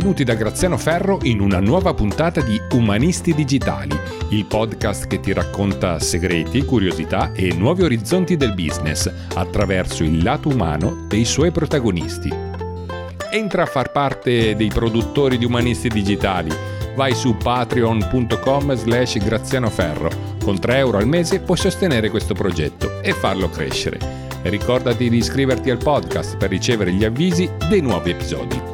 Benvenuti da Graziano Ferro in una nuova puntata di Umanisti Digitali, il podcast che ti racconta segreti, curiosità e nuovi orizzonti del business attraverso il lato umano dei suoi protagonisti. Entra a far parte dei produttori di Umanisti Digitali. Vai su patreon.com/grazianoferro. Con 3 euro al mese puoi sostenere questo progetto e farlo crescere. Ricordati di iscriverti al podcast per ricevere gli avvisi dei nuovi episodi.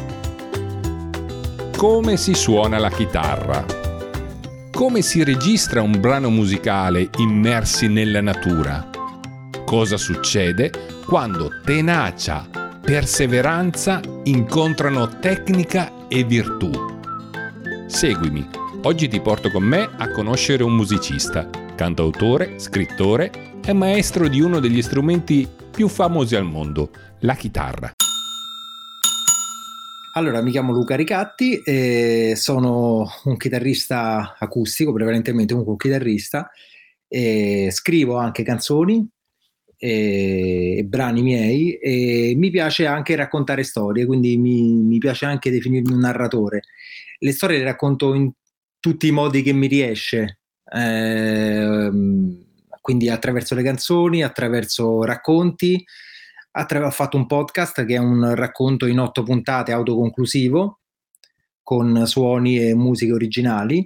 Come si suona la chitarra? Come si registra un brano musicale immersi nella natura? Cosa succede quando tenacia, perseveranza incontrano tecnica e virtù? Seguimi, oggi ti porto con me a conoscere un musicista, cantautore, scrittore e maestro di uno degli strumenti più famosi al mondo, la chitarra. Allora, mi chiamo Luca Ricatti e sono un chitarrista acustico, prevalentemente un chitarrista, e scrivo anche canzoni e brani miei e mi piace anche raccontare storie, quindi mi piace anche definirmi un narratore. Le storie le racconto in tutti i modi che mi riesce, quindi attraverso le canzoni, attraverso racconti. Ho fatto un podcast che è un racconto in 8 puntate autoconclusivo con suoni e musiche originali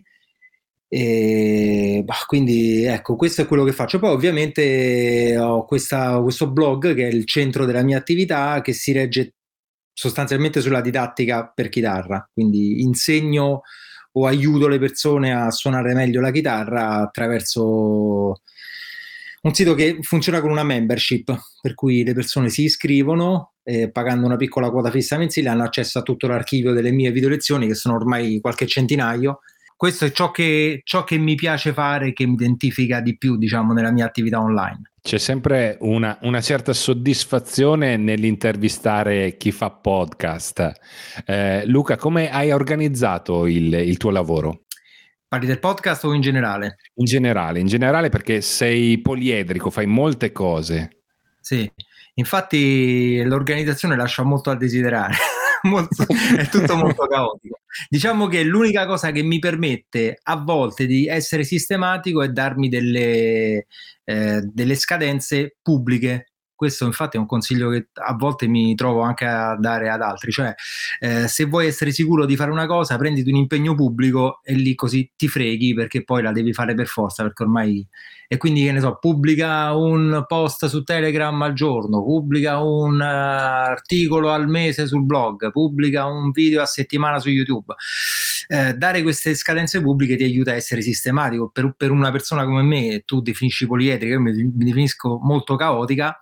quindi ecco, questo è quello che faccio. Poi ovviamente ho questo blog che è il centro della mia attività, che si regge sostanzialmente sulla didattica per chitarra, quindi insegno o aiuto le persone a suonare meglio la chitarra attraverso un sito che funziona con una membership, per cui le persone si iscrivono e pagando una piccola quota fissa mensile hanno accesso a tutto l'archivio delle mie video lezioni, che sono ormai qualche centinaio. Questo è ciò che mi piace fare, che mi identifica di più, diciamo, nella mia attività online. C'è sempre una certa soddisfazione nell'intervistare chi fa podcast. Luca, come hai organizzato il tuo lavoro? Parli del podcast o in generale? In generale perché sei poliedrico, fai molte cose. Sì, infatti l'organizzazione lascia molto a desiderare, è tutto molto caotico. Diciamo che l'unica cosa che mi permette a volte di essere sistematico è darmi delle scadenze pubbliche. Questo infatti è un consiglio che a volte mi trovo anche a dare ad altri, cioè se vuoi essere sicuro di fare una cosa, prenditi un impegno pubblico e lì così ti freghi, perché poi la devi fare per forza, perché ormai... E quindi, che ne so, pubblica un post su Telegram al giorno, pubblica un articolo al mese sul blog, pubblica un video a settimana su YouTube. Dare queste scadenze pubbliche ti aiuta a essere sistematico. Per una persona come me, tu definisci poliedrica, io mi definisco molto caotica.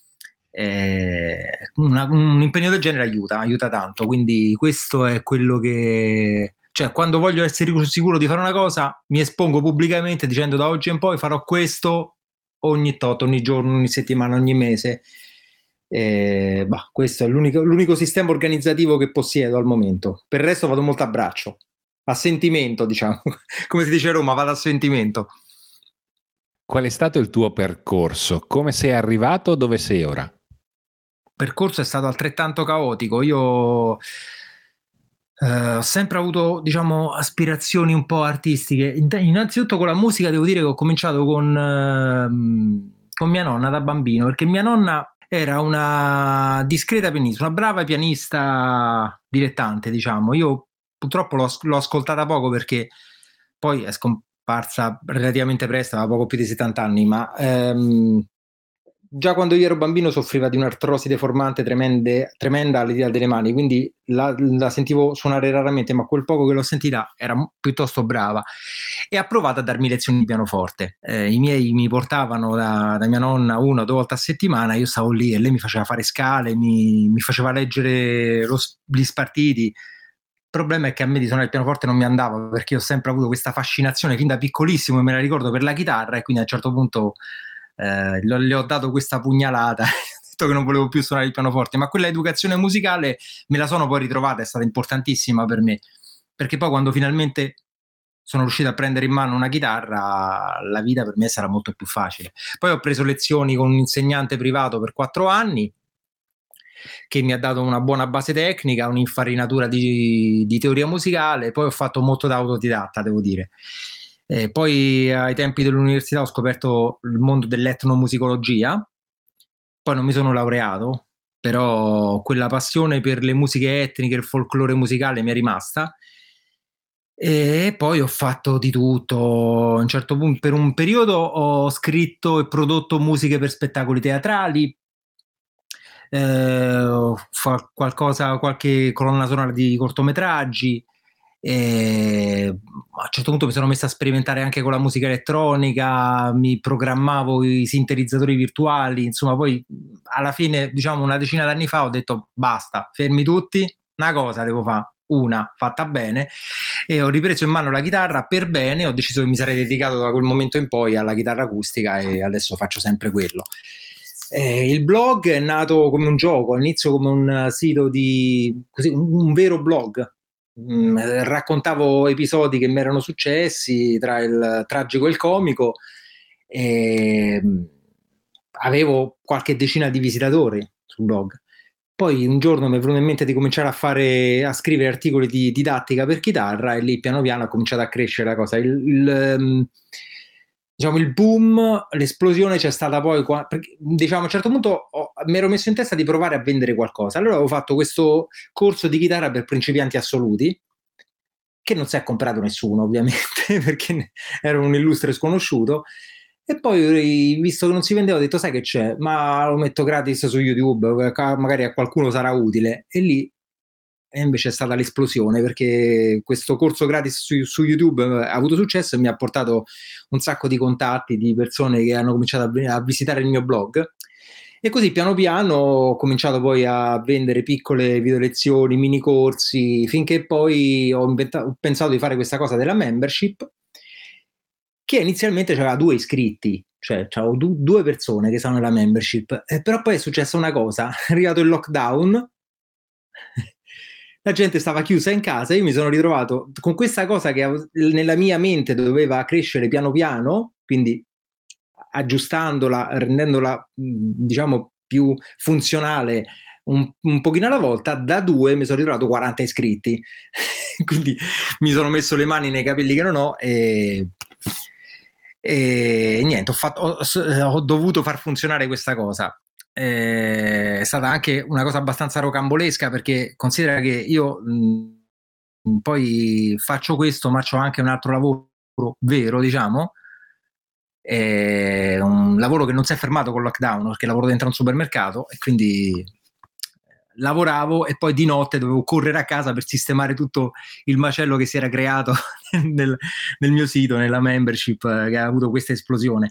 Un impegno del genere aiuta tanto, quindi questo è quello che, cioè, quando voglio essere sicuro di fare una cosa mi espongo pubblicamente dicendo: da oggi in poi farò questo ogni tot, ogni giorno, ogni settimana, ogni mese. Questo è l'unico sistema organizzativo che possiedo al momento. Per il resto vado molto a braccio, a sentimento, diciamo. Come si dice a Roma, vado a sentimento. Qual è stato il tuo percorso? Come sei arrivato dove sei ora? Il percorso è stato altrettanto caotico. Io ho sempre avuto, diciamo, aspirazioni un po' artistiche. Innanzitutto con la musica devo dire che ho cominciato con mia nonna da bambino, perché mia nonna era una discreta pianista, una brava pianista dilettante, diciamo. Io purtroppo l'ho ascoltata poco, perché poi è scomparsa relativamente presto, aveva poco più di 70 anni, ma già quando io ero bambino soffriva di un'artrosi deformante tremenda alle dita delle mani, quindi la sentivo suonare raramente, ma quel poco che l'ho sentita era piuttosto brava, e ha provato a darmi lezioni di pianoforte. I miei mi portavano da mia nonna 1 o 2 volte a settimana, io stavo lì e lei mi faceva fare scale, mi faceva leggere gli spartiti. Il problema è che a me di suonare il pianoforte non mi andava, perché ho sempre avuto questa fascinazione fin da piccolissimo, e me la ricordo, per la chitarra, e quindi a un certo punto le ho dato questa pugnalata, ho detto che non volevo più suonare il pianoforte. Ma quella educazione musicale me la sono poi ritrovata, è stata importantissima per me, perché poi quando finalmente sono riuscito a prendere in mano una chitarra, la vita per me sarà molto più facile. Poi ho preso lezioni con un insegnante privato per 4 anni, che mi ha dato una buona base tecnica, un'infarinatura di teoria musicale. Poi ho fatto molto da autodidatta, devo dire. Poi ai tempi dell'università ho scoperto il mondo dell'etnomusicologia, poi non mi sono laureato, però quella passione per le musiche etniche, il folklore musicale mi è rimasta. E poi ho fatto di tutto. A un certo punto, per un periodo, ho scritto e prodotto musiche per spettacoli teatrali, qualche colonna sonora di cortometraggi. A un certo punto mi sono messo a sperimentare anche con la musica elettronica, mi programmavo i sintetizzatori virtuali, insomma. Poi alla fine, diciamo una decina d'anni fa, ho detto basta, fermi tutti, una cosa devo fare, una fatta bene, e ho ripreso in mano la chitarra per bene. Ho deciso che mi sarei dedicato da quel momento in poi alla chitarra acustica e adesso faccio sempre quello. Il blog è nato come un gioco, all'inizio come un sito così, un vero blog. Raccontavo episodi che mi erano successi tra il tragico e il comico, e avevo qualche decina di visitatori sul blog. Poi un giorno mi è venuto in mente di cominciare a scrivere articoli di didattica per chitarra, e lì piano piano ha cominciato a crescere la cosa. Diciamo il boom, l'esplosione c'è stata poi perché, diciamo, a un certo punto mi ero messo in testa di provare a vendere qualcosa. Allora avevo fatto questo corso di chitarra per principianti assoluti, che non si è comprato nessuno ovviamente perché ero un illustre sconosciuto. E poi, visto che non si vendeva, ho detto sai che c'è, ma lo metto gratis su YouTube, magari a qualcuno sarà utile. E lì invece è stata l'esplosione, perché questo corso gratis su YouTube ha avuto successo e mi ha portato un sacco di contatti di persone che hanno cominciato a visitare il mio blog. E così piano piano ho cominciato poi a vendere piccole video lezioni, mini corsi, finché poi ho pensato di fare questa cosa della membership, che inizialmente c'aveva 2 iscritti, cioè c'avevo 2 persone che sono nella membership, però poi è successa una cosa: è arrivato il lockdown, la gente stava chiusa in casa, io mi sono ritrovato con questa cosa che nella mia mente doveva crescere piano piano, quindi aggiustandola, rendendola diciamo più funzionale un pochino alla volta. Da 2 mi sono ritrovato 40 iscritti quindi mi sono messo le mani nei capelli che non ho e niente, ho dovuto far funzionare questa cosa. È stata anche una cosa abbastanza rocambolesca, perché considera che io poi faccio questo, ma c'ho anche un altro lavoro vero, diciamo. È un lavoro che non si è fermato con il lockdown, perché lavoro dentro un supermercato e quindi lavoravo e poi di notte dovevo correre a casa per sistemare tutto il macello che si era creato nel mio sito, nella membership, che ha avuto questa esplosione.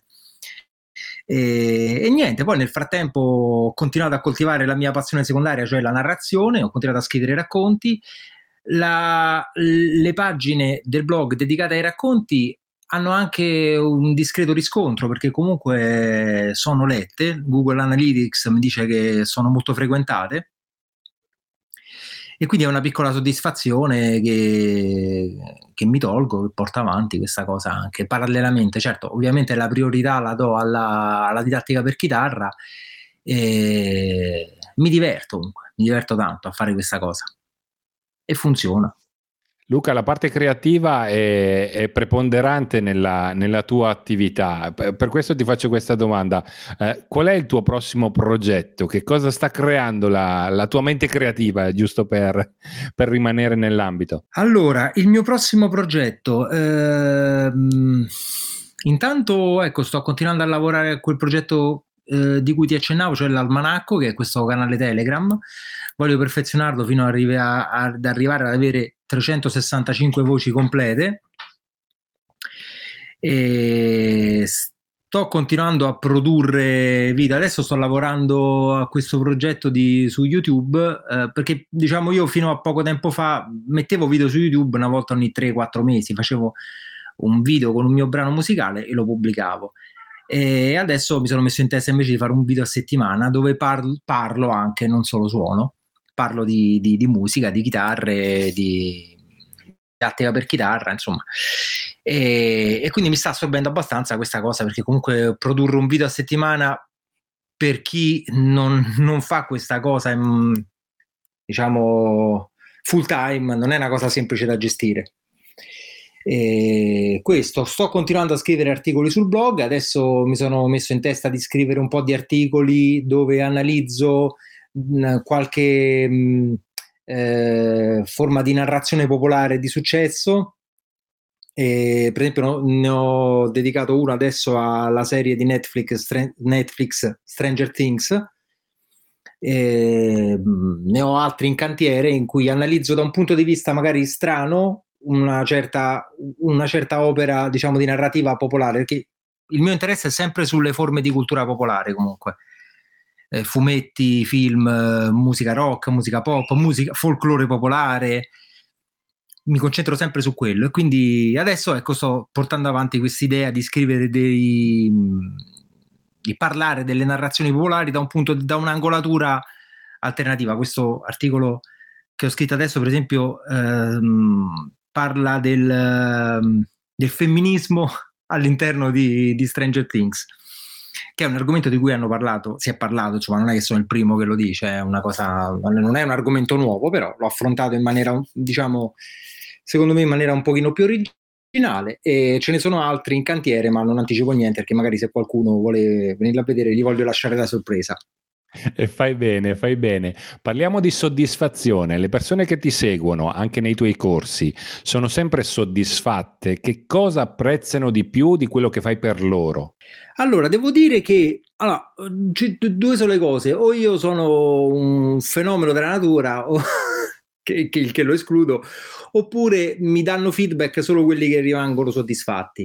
E niente, poi nel frattempo ho continuato a coltivare la mia passione secondaria, cioè la narrazione. Ho continuato a scrivere racconti. Le pagine del blog dedicate ai racconti hanno anche un discreto riscontro, perché comunque sono lette. Google Analytics mi dice che sono molto frequentate, e quindi è una piccola soddisfazione che mi tolgo, che porto avanti questa cosa anche parallelamente. Certo, ovviamente la priorità la do alla didattica per chitarra, e mi diverto tanto a fare questa cosa e funziona. Luca, la parte creativa è preponderante nella tua attività. Per questo ti faccio questa domanda. Qual è il tuo prossimo progetto? Che cosa sta creando la tua mente creativa, giusto per rimanere nell'ambito? Allora, il mio prossimo progetto, intanto ecco, sto continuando a lavorare a quel progetto di cui ti accennavo, cioè l'Almanacco, che è questo canale Telegram. Voglio perfezionarlo fino ad arrivare ad avere 365 voci complete, e sto continuando a produrre video. Adesso sto lavorando a questo progetto su YouTube, perché diciamo io fino a poco tempo fa mettevo video su YouTube una volta ogni 3-4 mesi, facevo un video con un mio brano musicale e lo pubblicavo. E adesso mi sono messo in testa invece di fare un video a settimana dove parlo anche, non solo suono, parlo di musica, di chitarre, di didattica per chitarra, insomma. E quindi mi sta assorbendo abbastanza questa cosa, perché comunque produrre un video a settimana per chi non fa questa cosa, diciamo, full time, non è una cosa semplice da gestire. Questo, sto continuando a scrivere articoli sul blog, adesso mi sono messo in testa di scrivere un po' di articoli dove analizzo qualche forma di narrazione popolare di successo. Per esempio ne ho dedicato uno adesso alla serie di Netflix Stranger Things. Ne ho altri in cantiere in cui analizzo da un punto di vista magari strano una certa opera, diciamo, di narrativa popolare, perché il mio interesse è sempre sulle forme di cultura popolare, comunque fumetti, film, musica rock, musica pop, musica folklore popolare, mi concentro sempre su quello, e quindi adesso, ecco, sto portando avanti questa idea di scrivere di parlare delle narrazioni popolari da un'angolatura alternativa. Questo articolo che ho scritto adesso, per esempio, parla del femminismo all'interno di Stranger Things, che è un argomento di cui si è parlato, insomma, non è che sono il primo che lo dice, è una cosa, non è un argomento nuovo, però l'ho affrontato in maniera, diciamo, secondo me in maniera un pochino più originale, e ce ne sono altri in cantiere, ma non anticipo niente perché magari se qualcuno vuole venirla a vedere gli voglio lasciare la sorpresa. E fai bene, fai bene. Parliamo di soddisfazione. Le persone che ti seguono anche nei tuoi corsi sono sempre soddisfatte? Che cosa apprezzano di più di quello che fai per loro? Allora, devo dire che due sono le cose: o io sono un fenomeno della natura, o che lo escludo, oppure mi danno feedback solo quelli che rimangono soddisfatti,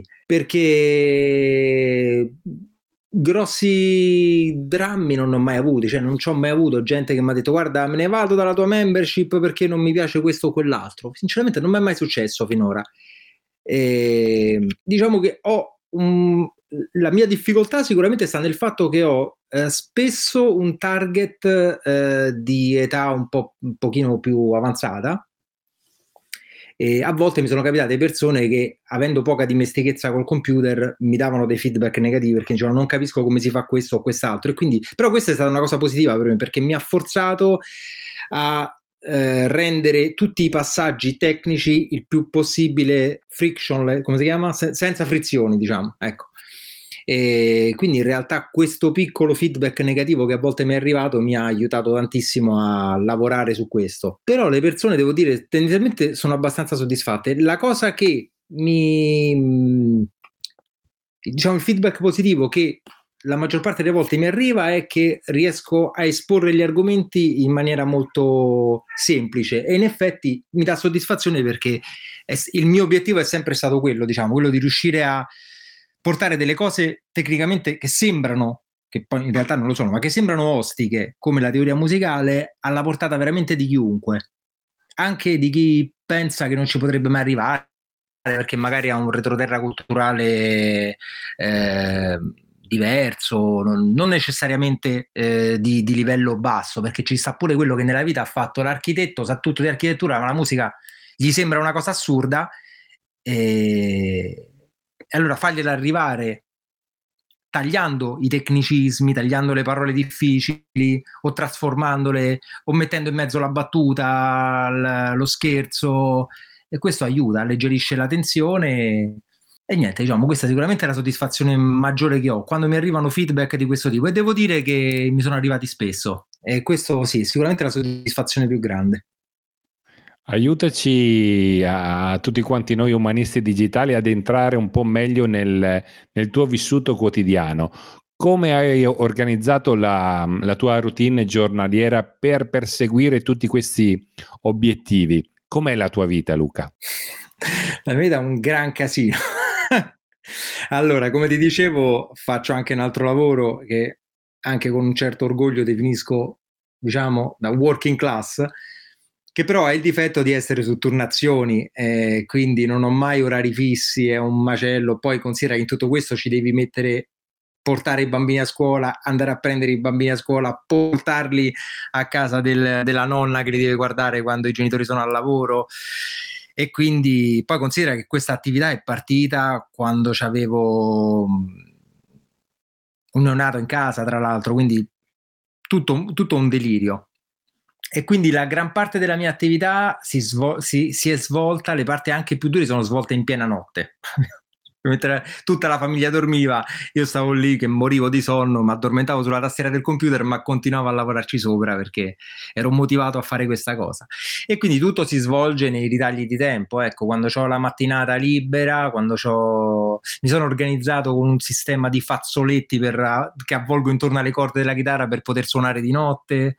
perché grossi drammi non ho mai avuti, cioè non ci ho mai avuto gente che mi ha detto guarda me ne vado dalla tua membership perché non mi piace questo o quell'altro. Sinceramente non mi è mai successo finora. Diciamo che la mia difficoltà sicuramente sta nel fatto che ho spesso un target di età un pochino più avanzata, e a volte mi sono capitate persone che, avendo poca dimestichezza col computer, mi davano dei feedback negativi perché dicevano non capisco come si fa questo o quest'altro, e quindi, però questa è stata una cosa positiva per me perché mi ha forzato a rendere tutti i passaggi tecnici il più possibile frictionless, come si chiama? Senza frizioni, diciamo, ecco. E quindi in realtà questo piccolo feedback negativo che a volte mi è arrivato mi ha aiutato tantissimo a lavorare su questo. Però le persone, devo dire, tendenzialmente sono abbastanza soddisfatte. La cosa che diciamo, il feedback positivo che la maggior parte delle volte mi arriva è che riesco a esporre gli argomenti in maniera molto semplice, e in effetti mi dà soddisfazione perché il mio obiettivo è sempre stato quello, diciamo, quello di riuscire a portare delle cose tecnicamente che sembrano, che poi in realtà non lo sono, ma che sembrano ostiche, come la teoria musicale, alla portata veramente di chiunque, anche di chi pensa che non ci potrebbe mai arrivare perché magari ha un retroterra culturale diverso, non necessariamente di livello basso, perché ci sta pure quello che nella vita ha fatto l'architetto, sa tutto di architettura, ma la musica gli sembra una cosa assurda, e allora fargliela arrivare tagliando i tecnicismi, tagliando le parole difficili o trasformandole o mettendo in mezzo la battuta, lo scherzo, e questo aiuta, alleggerisce la tensione. E niente, diciamo, questa sicuramente è la soddisfazione maggiore che ho quando mi arrivano feedback di questo tipo, e devo dire che mi sono arrivati spesso, e questo sì, sicuramente è la soddisfazione più grande. Aiutaci a tutti quanti noi umanisti digitali ad entrare un po' meglio nel tuo vissuto quotidiano. Come hai organizzato la tua routine giornaliera per perseguire tutti questi obiettivi? Com'è la tua vita, Luca? La mia vita è un gran casino. Allora, come ti dicevo, faccio anche un altro lavoro che anche con un certo orgoglio definisco, diciamo, da working class, che però ha il difetto di essere su turnazioni, quindi non ho mai orari fissi, è un macello. Poi considera che in tutto questo ci devi mettere, portare i bambini a scuola, andare a prendere i bambini a scuola, portarli a casa della nonna che li deve guardare quando i genitori sono al lavoro. E quindi poi considera che questa attività è partita quando avevo un neonato in casa, tra l'altro, quindi tutto un delirio. E quindi la gran parte della mia attività si è svolta, le parti anche più dure sono svolte in piena notte. Mentre tutta la famiglia dormiva, io stavo lì che morivo di sonno, mi addormentavo sulla tastiera del computer, ma continuavo a lavorarci sopra perché ero motivato a fare questa cosa. E quindi tutto si svolge nei ritagli di tempo. Ecco, quando ho la mattinata libera, mi sono organizzato con un sistema di fazzoletti che avvolgo intorno alle corde della chitarra per poter suonare di notte.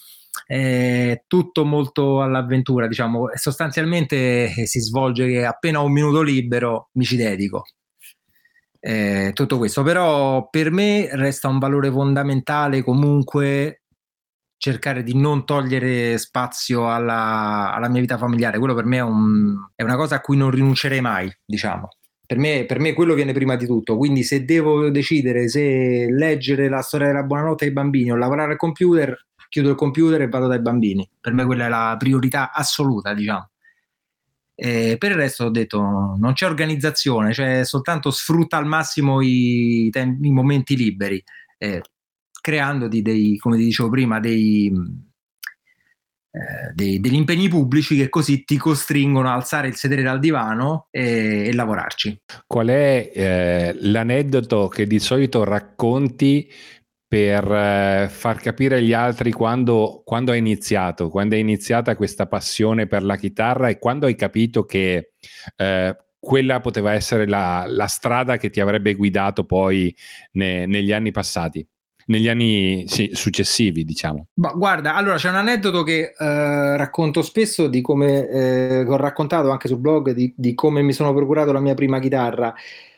Tutto molto all'avventura, diciamo. Sostanzialmente si svolge che appena ho un minuto libero mi ci dedico. Tutto questo, però per me resta un valore fondamentale comunque cercare di non togliere spazio alla mia vita familiare. Quello per me è una cosa a cui non rinuncerei mai, diciamo. Per me quello viene prima di tutto, quindi se devo decidere se leggere la storia della buonanotte ai bambini o lavorare al computer, chiudo il computer e vado dai bambini. Per me quella è la priorità assoluta, diciamo. Per il resto ho detto non c'è organizzazione, cioè soltanto sfrutta al massimo i momenti liberi, creandoti come ti dicevo prima, degli impegni pubblici che così ti costringono a alzare il sedere dal divano e lavorarci. Qual è l'aneddoto che di solito racconti per far capire agli altri quando hai iniziato, quando è iniziata questa passione per la chitarra e quando hai capito che quella poteva essere la strada che ti avrebbe guidato poi negli anni passati, negli anni successivi, diciamo? Guarda, allora c'è un aneddoto che racconto spesso di come ho raccontato anche sul blog di come mi sono procurato la mia prima chitarra.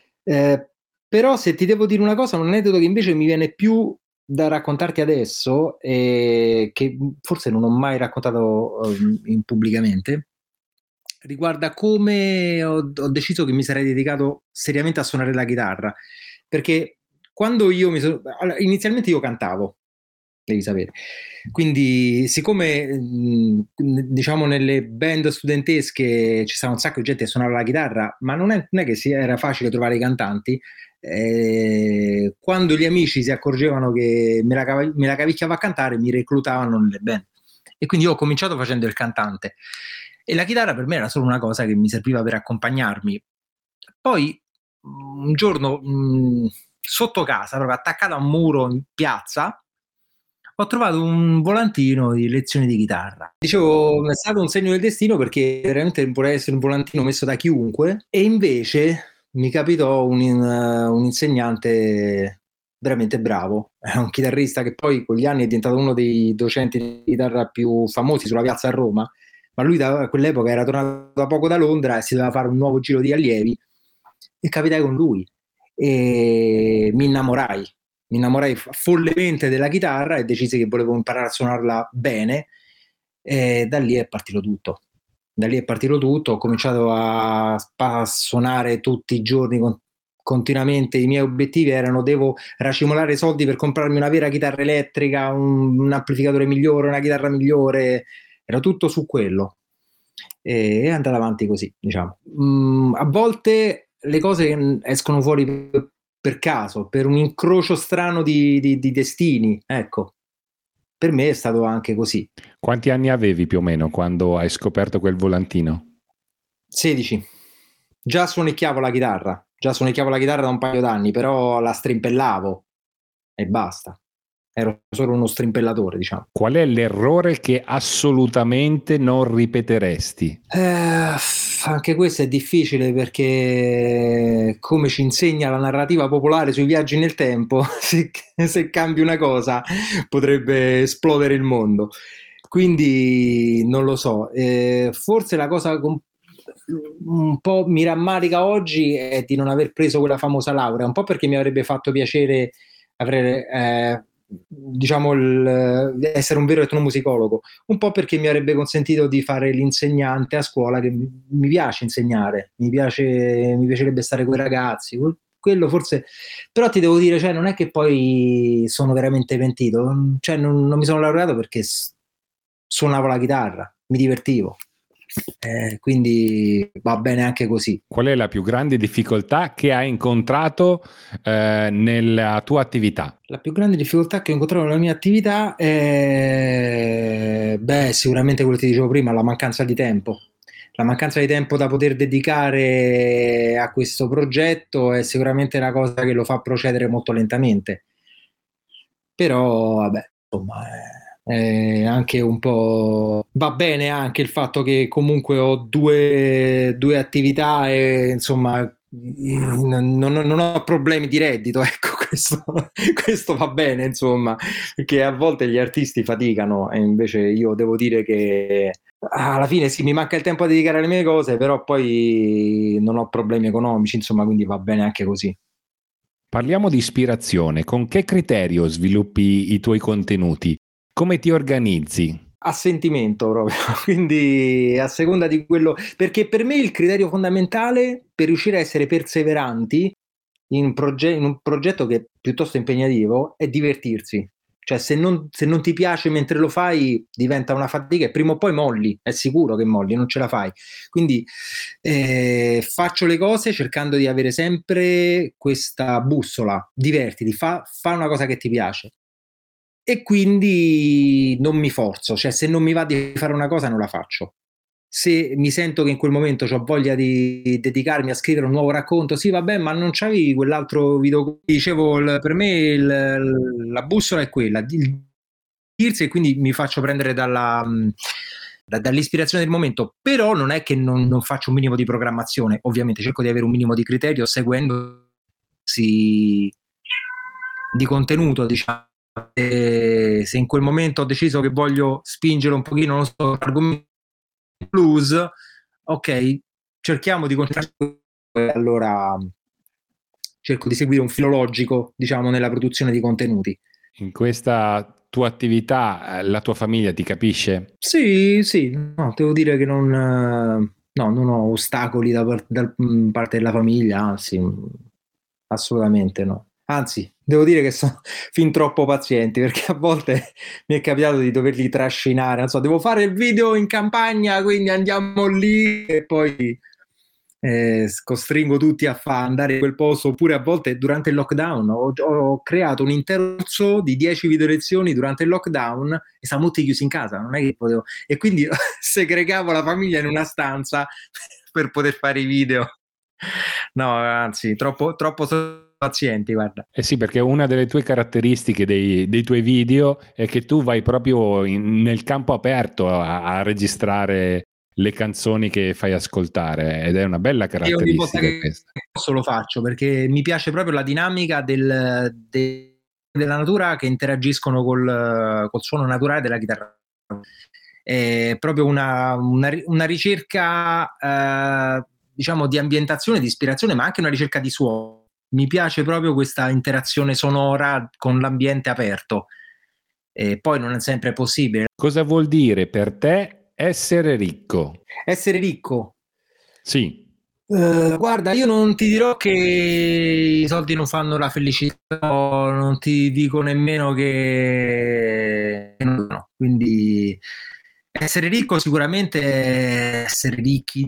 Però se ti devo dire una cosa, un aneddoto che invece mi viene più da raccontarti adesso, che forse non ho mai raccontato pubblicamente, riguarda come ho deciso che mi sarei dedicato seriamente a suonare la chitarra. Perché quando allora, inizialmente io cantavo, devi sapere. Quindi, siccome diciamo nelle band studentesche ci stava un sacco di gente che suonava la chitarra, ma non è che era facile trovare i cantanti, quando gli amici si accorgevano che me la cavicchiavo a cantare, mi reclutavano nelle band. E quindi io ho cominciato facendo il cantante. E la chitarra per me era solo una cosa che mi serviva per accompagnarmi. Poi un giorno sotto casa, proprio attaccato a un muro in piazza, ho trovato un volantino di lezioni di chitarra. Dicevo, è stato un segno del destino perché veramente vorrei essere un volantino messo da chiunque, e invece mi capitò un insegnante veramente bravo, è un chitarrista che poi con gli anni è diventato uno dei docenti di chitarra più famosi sulla piazza a Roma, ma lui da quell'epoca era tornato da poco da Londra e si doveva fare un nuovo giro di allievi e capitai con lui e mi innamorai follemente della chitarra e decisi che volevo imparare a suonarla bene, e da lì è partito tutto. Ho cominciato a suonare tutti i giorni continuamente. I miei obiettivi erano: devo racimolare soldi per comprarmi una vera chitarra elettrica, un amplificatore migliore, una chitarra migliore, era tutto su quello e è andata avanti così, diciamo. A volte le cose escono fuori per caso, per un incrocio strano di destini, ecco. Per me è stato anche così. Quanti anni avevi più o meno quando hai scoperto quel volantino? 16. Già suonicchiavo la chitarra da un paio d'anni, però la strimpellavo e basta. Ero solo uno strimpellatore, diciamo. Qual è l'errore che assolutamente non ripeteresti? Anche questo è difficile perché, come ci insegna la narrativa popolare sui viaggi nel tempo, se cambi una cosa potrebbe esplodere il mondo. Quindi non lo so. Forse la cosa un po' mi rammarica oggi è di non aver preso quella famosa laurea, un po' perché mi avrebbe fatto piacere avere diciamo essere un vero etnomusicologo, un po' perché mi avrebbe consentito di fare l'insegnante a scuola, che mi piace insegnare, mi piacerebbe stare con i ragazzi, quello forse. Però ti devo dire, cioè, non è che poi sono veramente pentito, cioè non mi sono laureato perché suonavo la chitarra, mi divertivo. quindi va bene anche così. Qual è la più grande difficoltà che hai incontrato nella tua attività? La più grande difficoltà che ho incontrato nella mia attività è, sicuramente quello che ti dicevo prima, la mancanza di tempo. La mancanza di tempo da poter dedicare a questo progetto è sicuramente una cosa che lo fa procedere molto lentamente. Però, vabbè, insomma, è anche un po'... Va bene anche il fatto che comunque ho due attività e, insomma, non ho problemi di reddito, ecco, questo va bene, insomma, perché a volte gli artisti faticano e invece io devo dire che alla fine sì, mi manca il tempo a dedicare alle mie cose, però poi non ho problemi economici, insomma, quindi va bene anche così. Parliamo di ispirazione. Con che criterio sviluppi i tuoi contenuti? Come ti organizzi? A sentimento proprio, quindi a seconda di quello, perché per me il criterio fondamentale per riuscire a essere perseveranti in un progetto che è piuttosto impegnativo è divertirsi. Cioè, se non ti piace mentre lo fai, diventa una fatica e prima o poi molli, è sicuro che molli, non ce la fai. Quindi faccio le cose cercando di avere sempre questa bussola, divertiti, fa una cosa che ti piace. E quindi non mi forzo, cioè se non mi va di fare una cosa non la faccio. Se mi sento che in quel momento ho voglia di dedicarmi a scrivere un nuovo racconto, sì, vabbè, ma non c'avevi quell'altro video. Dicevo, per me la bussola è quella, il dirsi, e quindi mi faccio prendere dall'ispirazione del momento, però non è che non faccio un minimo di programmazione, ovviamente cerco di avere un minimo di criterio seguendo di contenuto, diciamo. Se in quel momento ho deciso che voglio spingere un pochino, non so, l'argomento blues, ok, cerchiamo di concentrarci, allora cerco di seguire un filo logico, diciamo, nella produzione di contenuti. In questa tua attività, la tua famiglia ti capisce? Sì, sì, no, devo dire che non ho ostacoli da parte della famiglia, anzi, assolutamente no. Anzi, devo dire che sono fin troppo pazienti perché a volte mi è capitato di doverli trascinare, non so, devo fare il video in campagna, quindi andiamo lì e poi costringo tutti a andare in quel posto, oppure a volte durante il lockdown ho creato un intero corso di 10 video lezioni durante il lockdown e stavamo tutti chiusi in casa, non è che potevo, e quindi segregavo la famiglia in una stanza per poter fare i video. No, anzi, troppo pazienti, guarda. Eh sì, perché una delle tue caratteristiche dei tuoi video è che tu vai proprio nel campo aperto a registrare le canzoni che fai ascoltare ed è una bella Io ogni volta caratteristica che questa. posso lo faccio perché mi piace proprio la dinamica della natura che interagiscono col suono naturale della chitarra. È proprio una ricerca, diciamo, di ambientazione, di ispirazione, ma anche una ricerca di suono. Mi piace proprio questa interazione sonora con l'ambiente aperto. E poi non è sempre possibile. Cosa vuol dire per te essere ricco? Essere ricco. Sì. Guarda, io non ti dirò che i soldi non fanno la felicità, non ti dico nemmeno che no. Quindi essere ricco sicuramente è essere ricchi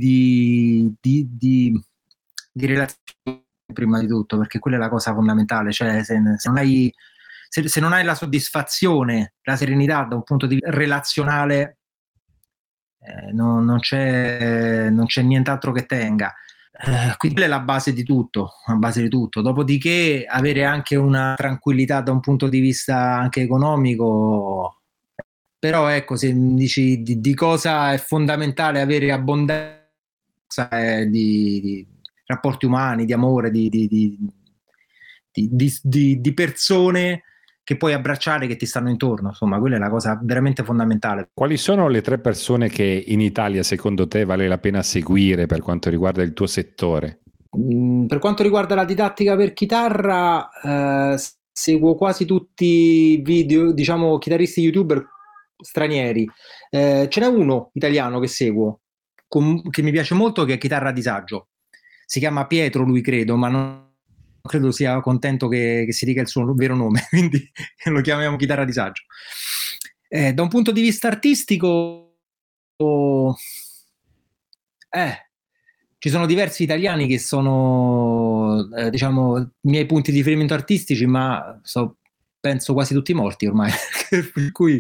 di relazioni prima di tutto, perché quella è la cosa fondamentale, cioè se non hai la soddisfazione, la serenità da un punto di vista relazionale, non c'è nient'altro che tenga. Quindi è la base di tutto, la base di tutto. Dopodiché avere anche una tranquillità da un punto di vista anche economico. Però ecco, se mi dici di cosa è fondamentale avere abbondanza, di rapporti umani, di amore, di persone che puoi abbracciare, che ti stanno intorno, insomma, quella è la cosa veramente fondamentale. Quali sono le 3 persone che in Italia secondo te vale la pena seguire per quanto riguarda il tuo settore? Per quanto riguarda la didattica per chitarra, seguo quasi tutti i video, diciamo, chitarristi youtuber stranieri. Ce n'è uno italiano che seguo, che mi piace molto, che è chitarra a disagio. Si chiama Pietro, lui credo, ma non credo sia contento che si dica il suo vero nome, quindi lo chiamiamo chitarra a disagio. Da un punto di vista artistico, Ci sono diversi italiani che sono, diciamo, i miei punti di riferimento artistici, ma penso quasi tutti morti ormai. Per cui,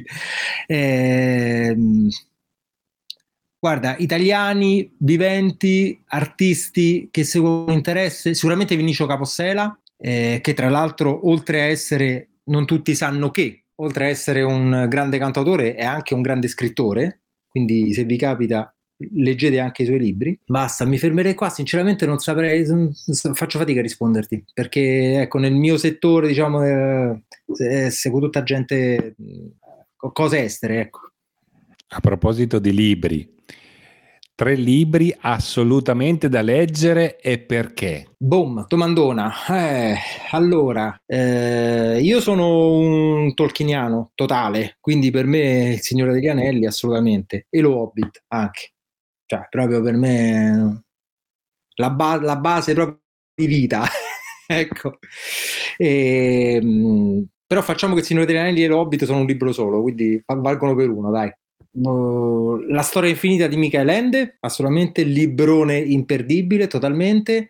guarda, italiani, viventi, artisti che seguono interesse, sicuramente Vinicio Capossela, che tra l'altro, oltre a essere, non tutti sanno che, oltre a essere un grande cantautore, è anche un grande scrittore, quindi se vi capita leggete anche i suoi libri. Basta, mi fermerei qua, sinceramente non saprei, faccio fatica a risponderti, perché ecco, nel mio settore, diciamo, seguo tutta gente, cose estere, ecco. A proposito di libri, 3 libri assolutamente da leggere e perché? Boom, domandona. Allora, io sono un tolkieniano totale, quindi per me Il Signore degli Anelli assolutamente, e lo Hobbit anche. Cioè, proprio per me la base proprio di vita. Ecco. Però facciamo che Il Signore degli Anelli e lo Hobbit sono un libro solo, quindi valgono per uno, dai. La storia infinita di Michael Ende, assolutamente librone imperdibile, totalmente.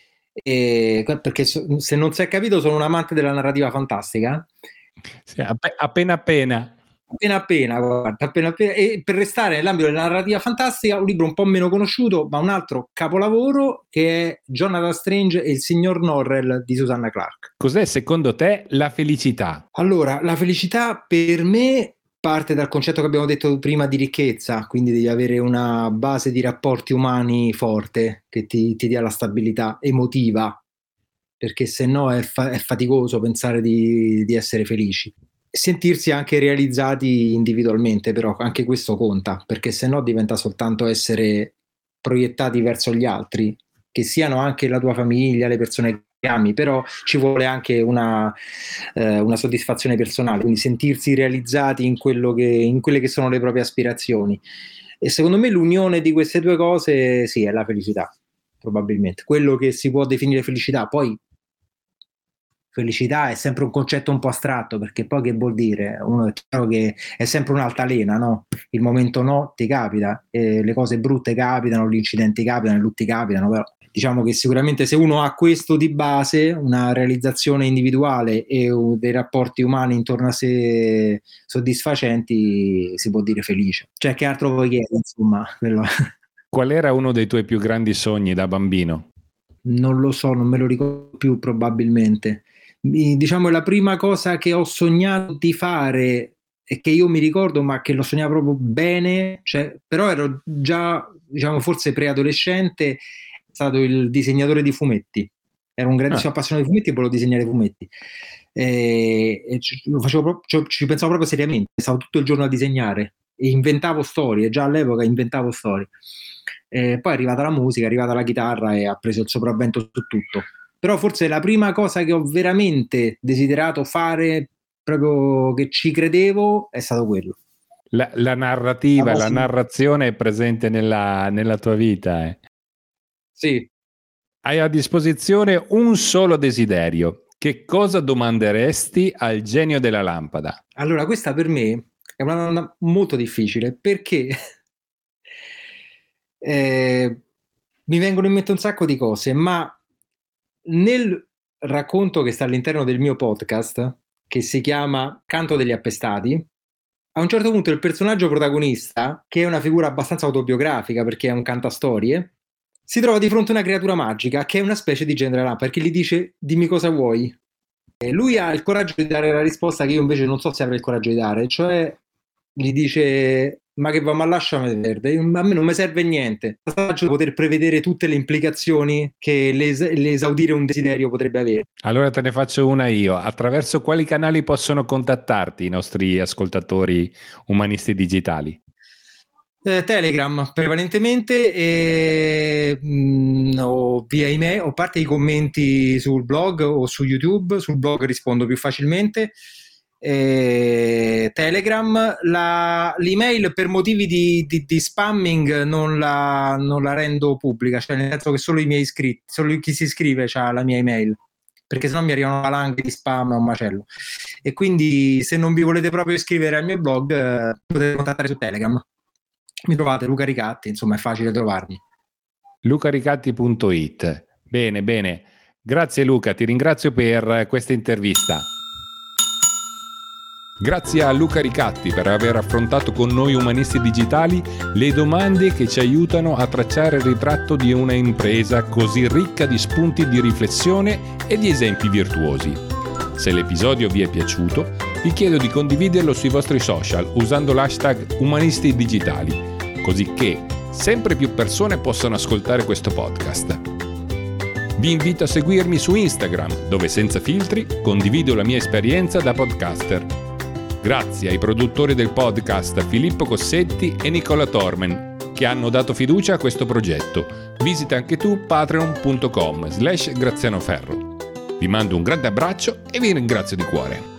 Perché se non si è capito, sono un amante della narrativa fantastica. Sì, appena appena. Guarda, appena. E per restare nell'ambito della narrativa fantastica, un libro un po' meno conosciuto, ma un altro capolavoro, che è Jonathan Strange e il signor Norrell di Susanna Clarke. Cos'è secondo te la felicità? Allora, la felicità per me parte dal concetto che abbiamo detto prima di ricchezza, quindi di avere una base di rapporti umani forte che ti dia la stabilità emotiva, perché se no è faticoso pensare di essere felici. Sentirsi anche realizzati individualmente, però anche questo conta, perché se no diventa soltanto essere proiettati verso gli altri, che siano anche la tua famiglia, le persone che ami, però ci vuole anche una soddisfazione personale, quindi sentirsi realizzati in quelle che sono le proprie aspirazioni. E secondo me l'unione di queste due cose, sì, è la felicità, probabilmente. Quello che si può definire felicità, poi felicità è sempre un concetto un po' astratto, perché poi che vuol dire? Uno è chiaro che è sempre un'altalena, no? Il momento no ti capita, le cose brutte capitano, gli incidenti capitano, i lutti capitano, però diciamo che sicuramente se uno ha questo di base, una realizzazione individuale e dei rapporti umani intorno a sé soddisfacenti, si può dire felice. Cioè, che altro vuoi chiedere, insomma? Quello. Qual era uno dei tuoi più grandi sogni da bambino? Non lo so, non me lo ricordo più probabilmente. Diciamo la prima cosa che ho sognato di fare e che io mi ricordo, ma che lo sognavo proprio bene, cioè, però ero già, diciamo, forse preadolescente, è stato il disegnatore di fumetti. Ero un grandissimo appassionato di fumetti e volevo disegnare fumetti. Lo facevo ci pensavo proprio seriamente, stavo tutto il giorno a disegnare e inventavo storie, già all'epoca inventavo storie. Poi è arrivata la musica, è arrivata la chitarra e ha preso il sopravvento su tutto. Però forse la prima cosa che ho veramente desiderato fare, proprio che ci credevo, è stato quello. La narrativa, la narrazione è presente nella tua vita. Sì. Hai a disposizione un solo desiderio. Che cosa domanderesti al genio della lampada? Allora, questa per me è una domanda molto difficile, perché mi vengono in mente un sacco di cose, ma nel racconto che sta all'interno del mio podcast, che si chiama Canto degli Appestati, a un certo punto il personaggio protagonista, che è una figura abbastanza autobiografica perché è un cantastorie, si trova di fronte a una creatura magica che è una specie di genere lampada, perché gli dice dimmi cosa vuoi. E lui ha il coraggio di dare la risposta che io invece non so se avrei il coraggio di dare, cioè gli dice ma che va, ma lasciami verde, a me non mi serve niente, basta poter prevedere tutte le implicazioni che l'esaudire un desiderio potrebbe avere. Allora te ne faccio una io. Attraverso quali canali possono contattarti i nostri ascoltatori umanisti digitali? Telegram prevalentemente o via email o parte i commenti sul blog o su YouTube. Sul blog rispondo più facilmente. Telegram, l'email per motivi di spamming non la rendo pubblica, cioè nel senso che solo i miei iscritti, solo chi si iscrive ha la mia email, perché sennò mi arrivano valanghe di spam, è un macello. E quindi se non vi volete proprio iscrivere al mio blog potete contattare su Telegram. Mi trovate Luca Ricatti, insomma è facile trovarmi. lucaricatti.it. Bene. Grazie Luca, ti ringrazio per questa intervista. Grazie a Luca Ricatti per aver affrontato con noi umanisti digitali le domande che ci aiutano a tracciare il ritratto di una impresa così ricca di spunti di riflessione e di esempi virtuosi. Se l'episodio vi è piaciuto, vi chiedo di condividerlo sui vostri social usando l'hashtag umanisti digitali, così che sempre più persone possano ascoltare questo podcast. Vi invito a seguirmi su Instagram, dove senza filtri condivido la mia esperienza da podcaster. Grazie ai produttori del podcast Filippo Cossetti e Nicola Tormen, che hanno dato fiducia a questo progetto. Visita anche tu patreon.com/GrazianoFerro. Vi mando un grande abbraccio e vi ringrazio di cuore.